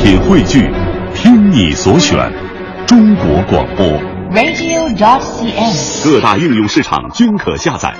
品汇聚，听你所选，中国广播 radio.cn， 各大应用市场均可下载。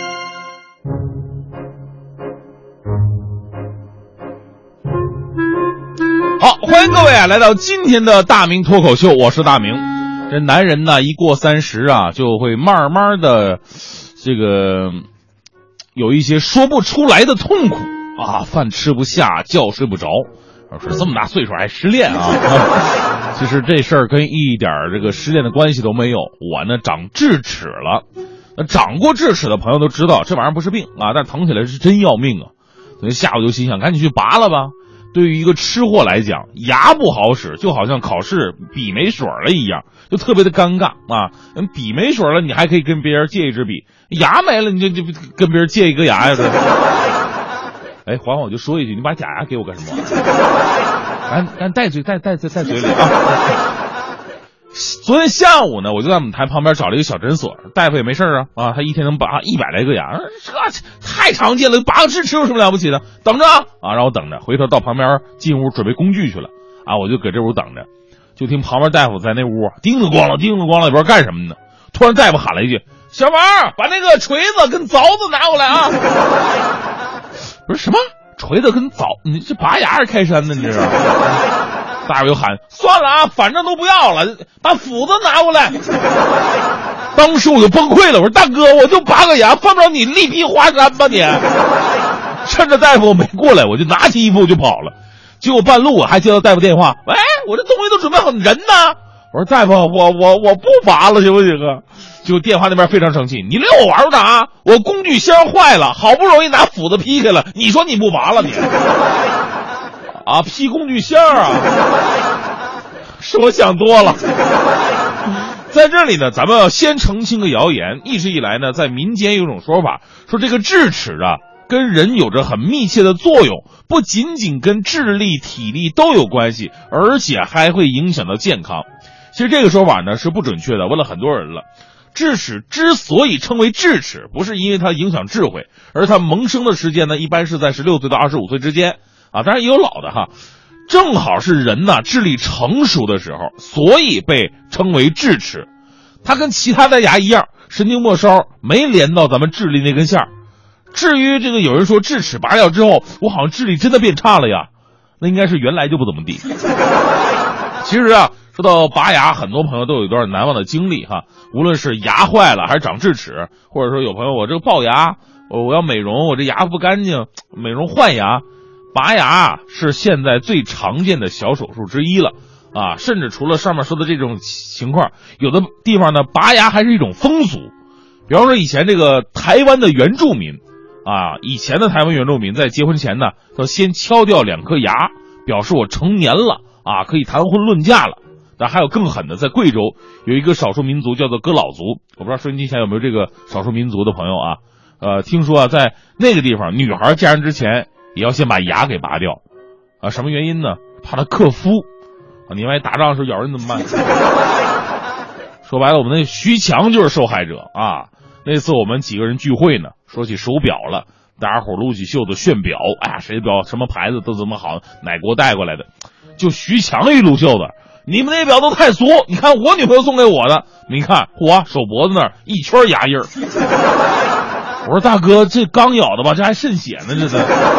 好，欢迎各位啊，来到今天的大明脱口秀，我是大明。这男人呢，一过30啊，就会慢慢的这个有一些说不出来的痛苦啊，饭吃不下，觉睡不着。说这么大岁数还失恋啊？其实这事儿跟一点这个失恋的关系都没有。我呢长智齿了，那长过智齿的朋友都知道，这玩意儿不是病啊，但疼起来是真要命啊。所以下午就心想，赶紧去拔了吧。对于一个吃货来讲，牙不好使，就好像考试笔没水了一样，就特别的尴尬啊。笔没水了，你还可以跟别人借一支笔；牙没了，你就跟别人借一个牙呀。哎，缓缓我就说一句，你把假牙给我干什么？咱带嘴里啊。昨天下午呢，我就在我们台旁边找了一个小诊所，大夫也没事啊，他一天能拔100来个牙，这太常见了，拔个智齿有什么了不起的？等着啊，让我等着，回头到旁边进屋准备工具去了啊，我就搁这屋等着，就听旁边大夫在那屋叮了咣啷，也不知道干什么呢。突然大夫喊了一句：“小王，把那个锤子跟凿子拿过来啊！”不是什么锤子跟凿，你这拔牙是开山的，你这是？大夫又喊：“算了啊，反正都不要了，把斧子拿过来。”当时我就崩溃了，我说：“大哥，我就拔个牙，犯不着你力劈华山吧你！”趁着大夫没过来，我就拿起衣服就跑了。结果半路我还接到大夫电话：“喂，我这东西都准备好，人呢？”我说：“大夫，我不拔了，行不行啊？”结果电话那边非常生气：“你溜我玩呢啊！我工具箱坏了，好不容易拿斧子劈开了，你说你不拔了你？啊，劈工具箱啊！是我想多了。”在这里呢，咱们要先澄清个谣言。一直以来呢，在民间有一种说法，说这个智齿啊，跟人有着很密切的作用，不仅仅跟智力、体力都有关系，而且还会影响到健康。其实这个说法呢是不准确的，问了很多人了。智齿之所以称为智齿，不是因为它影响智慧，而它萌生的时间呢，一般是在16岁到25岁之间啊，当然也有老的哈。正好是人呢智力成熟的时候，所以被称为智齿。它跟其他的牙一样，神经末梢没连到咱们智力那根线儿。至于这个有人说智齿拔掉之后，我好像智力真的变差了呀，那应该是原来就不怎么地。其实啊，说到拔牙，很多朋友都有一段难忘的经历哈，无论是牙坏了还是长智齿，或者说有朋友我这个龅牙，我要美容，我这牙不干净，美容换牙。拔牙是现在最常见的小手术之一了啊，甚至除了上面说的这种情况，有的地方呢拔牙还是一种风俗。比方说以前这个台湾的原住民啊，以前的台湾原住民在结婚前呢，要先敲掉2颗牙，表示我成年了啊，可以谈婚论嫁了。但还有更狠的，在贵州有一个少数民族叫做哥老族，我不知道收音机前有没有这个少数民族的朋友啊？听说啊，在那个地方，女孩嫁人之前也要先把牙给拔掉，啊，什么原因呢？怕她克夫，啊，你万一打仗的时候咬人怎么办？说白了，我们那徐强就是受害者啊。那次我们几个人聚会呢，说起手表了，大家伙撸起袖子炫表，哎呀，谁表什么牌子都怎么好，哪国带过来的？就徐强一撸袖子，你们那表都太俗，你看我女朋友送给我的，你看嚯，手脖子那儿一圈牙印儿。我说大哥，这刚咬的吧，这还渗血呢，这是。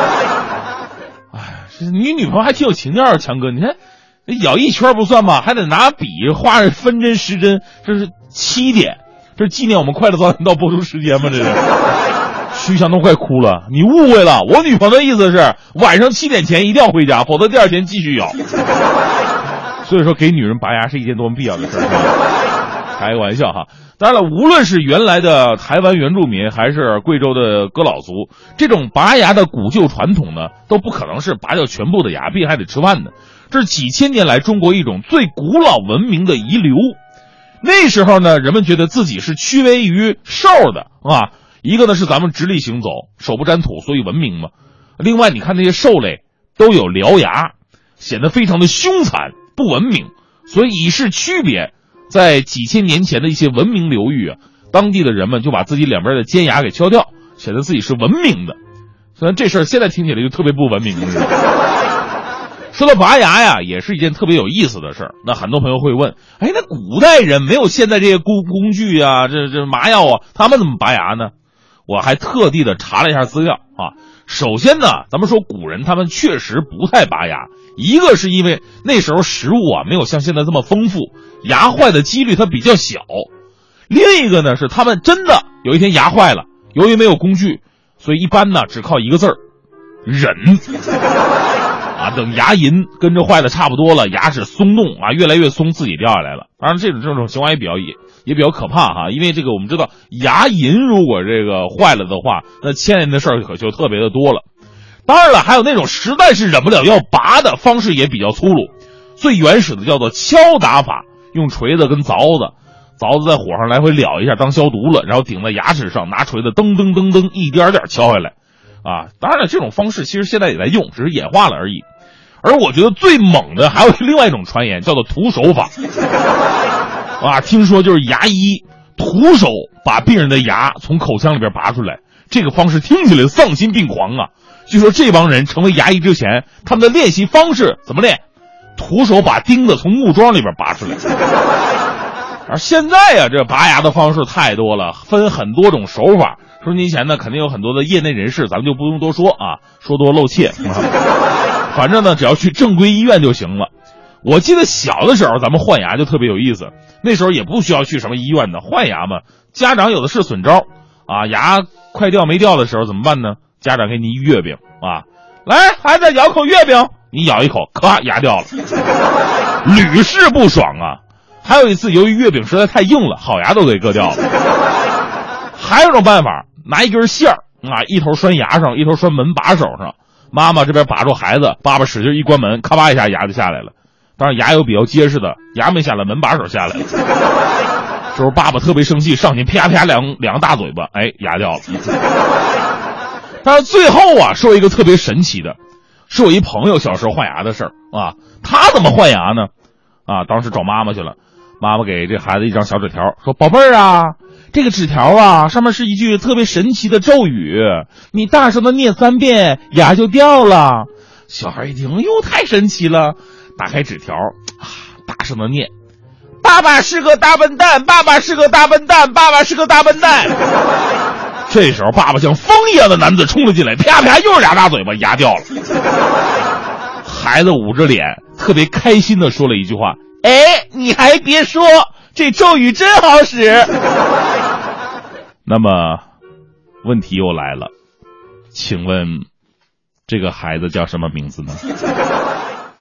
哎，你女朋友还挺有情调啊，强哥，你看咬一圈不算吧，还得拿笔画分针10针，这是7点，这是纪念我们快乐早点到播出时间吗？这是。徐强都快哭了，你误会了，我女朋友的意思是晚上7点前一定要回家，否则第2天继续咬。所以说给女人拔牙是一件多么必要的事儿，开个玩笑哈。当然了，无论是原来的台湾原住民还是贵州的哥老族，这种拔牙的古旧传统呢，都不可能是拔掉全部的牙，毕竟还得吃饭的。这是几千年来中国一种最古老文明的遗留。那时候呢，人们觉得自己是区别于兽的啊，一个呢是咱们直立行走，手不沾土，所以文明嘛。另外你看那些兽类都有獠牙，显得非常的凶残不文明，所以以示区别，在几千年前的一些文明流域啊，当地的人们就把自己两边的尖牙给敲掉，显得自己是文明的。虽然这事儿现在听起来就特别不文明了。 说到拔牙呀，也是一件特别有意思的事儿。那很多朋友会问，哎，那古代人没有现在这些工具啊，这麻药啊，他们怎么拔牙呢？我还特地的查了一下资料啊。首先呢，咱们说古人他们确实不太拔牙，一个是因为那时候食物啊没有像现在这么丰富，牙坏的几率它比较小。另一个呢是他们真的有一天牙坏了，由于没有工具，所以一般呢只靠一个字儿，忍。啊，等牙龈跟着坏的差不多了，牙齿松动啊，越来越松，自己掉下来了。当然，这种情况也比较可怕哈，因为这个我们知道，牙龈如果这个坏了的话，那牵连的事儿可就特别的多了。当然了，还有那种实在是忍不了要拔的方式也比较粗鲁，最原始的叫做敲打法，用锤子跟凿子在火上来回燎一下当消毒了，然后顶在牙齿上，拿锤子噔噔噔噔一点点敲下来。啊，当然了，这种方式其实现在也在用，只是演化了而已。而我觉得最猛的还有另外一种传言，叫做徒手法。啊，听说就是牙医徒手把病人的牙从口腔里边拔出来，这个方式听起来丧心病狂啊。据说这帮人成为牙医之前，他们的练习方式怎么练？徒手把钉子从木桩里边拔出来。而现在呀，这拔牙的方式太多了，分很多种手法。收音机前呢，肯定有很多的业内人士，咱们就不用多说啊，说多露怯。反正呢，只要去正规医院就行了。我记得小的时候，咱们换牙就特别有意思，那时候也不需要去什么医院的，换牙嘛，家长有的是损招啊。牙快掉没掉的时候怎么办呢？家长给你月饼啊，来，孩子咬口月饼，你咬一口，咔，牙掉了，屡试不爽啊。还有一次，由于月饼实在太硬了，好牙都给割掉了。还有一种办法，拿一根线儿啊，一头拴牙上，一头拴门把手上。妈妈这边把住孩子，爸爸使劲一关门，咔吧一下牙就下来了。当然牙有比较结实的，牙没下来，门把手下来了。时候爸爸特别生气，上去啪啪两个大嘴巴，哎，牙掉了。但是最后啊，说一个特别神奇的，是我一朋友小时候换牙的事儿啊。他怎么换牙呢？啊，当时找妈妈去了，妈妈给这孩子一张小纸条，说：“宝贝儿啊，这个纸条啊，上面是一句特别神奇的咒语，你大声的念3遍，牙就掉了。”小孩一听，哟，太神奇了，打开纸条啊，大声的念：“爸爸是个大笨蛋，爸爸是个大笨蛋，爸爸是个大笨蛋。”这时候，爸爸像风一样的男子冲了进来，啪啪又是2大嘴巴，牙掉了。孩子捂着脸，特别开心的说了一句话：“哎，你还别说，这咒语真好使。”那么，问题又来了，请问，这个孩子叫什么名字呢？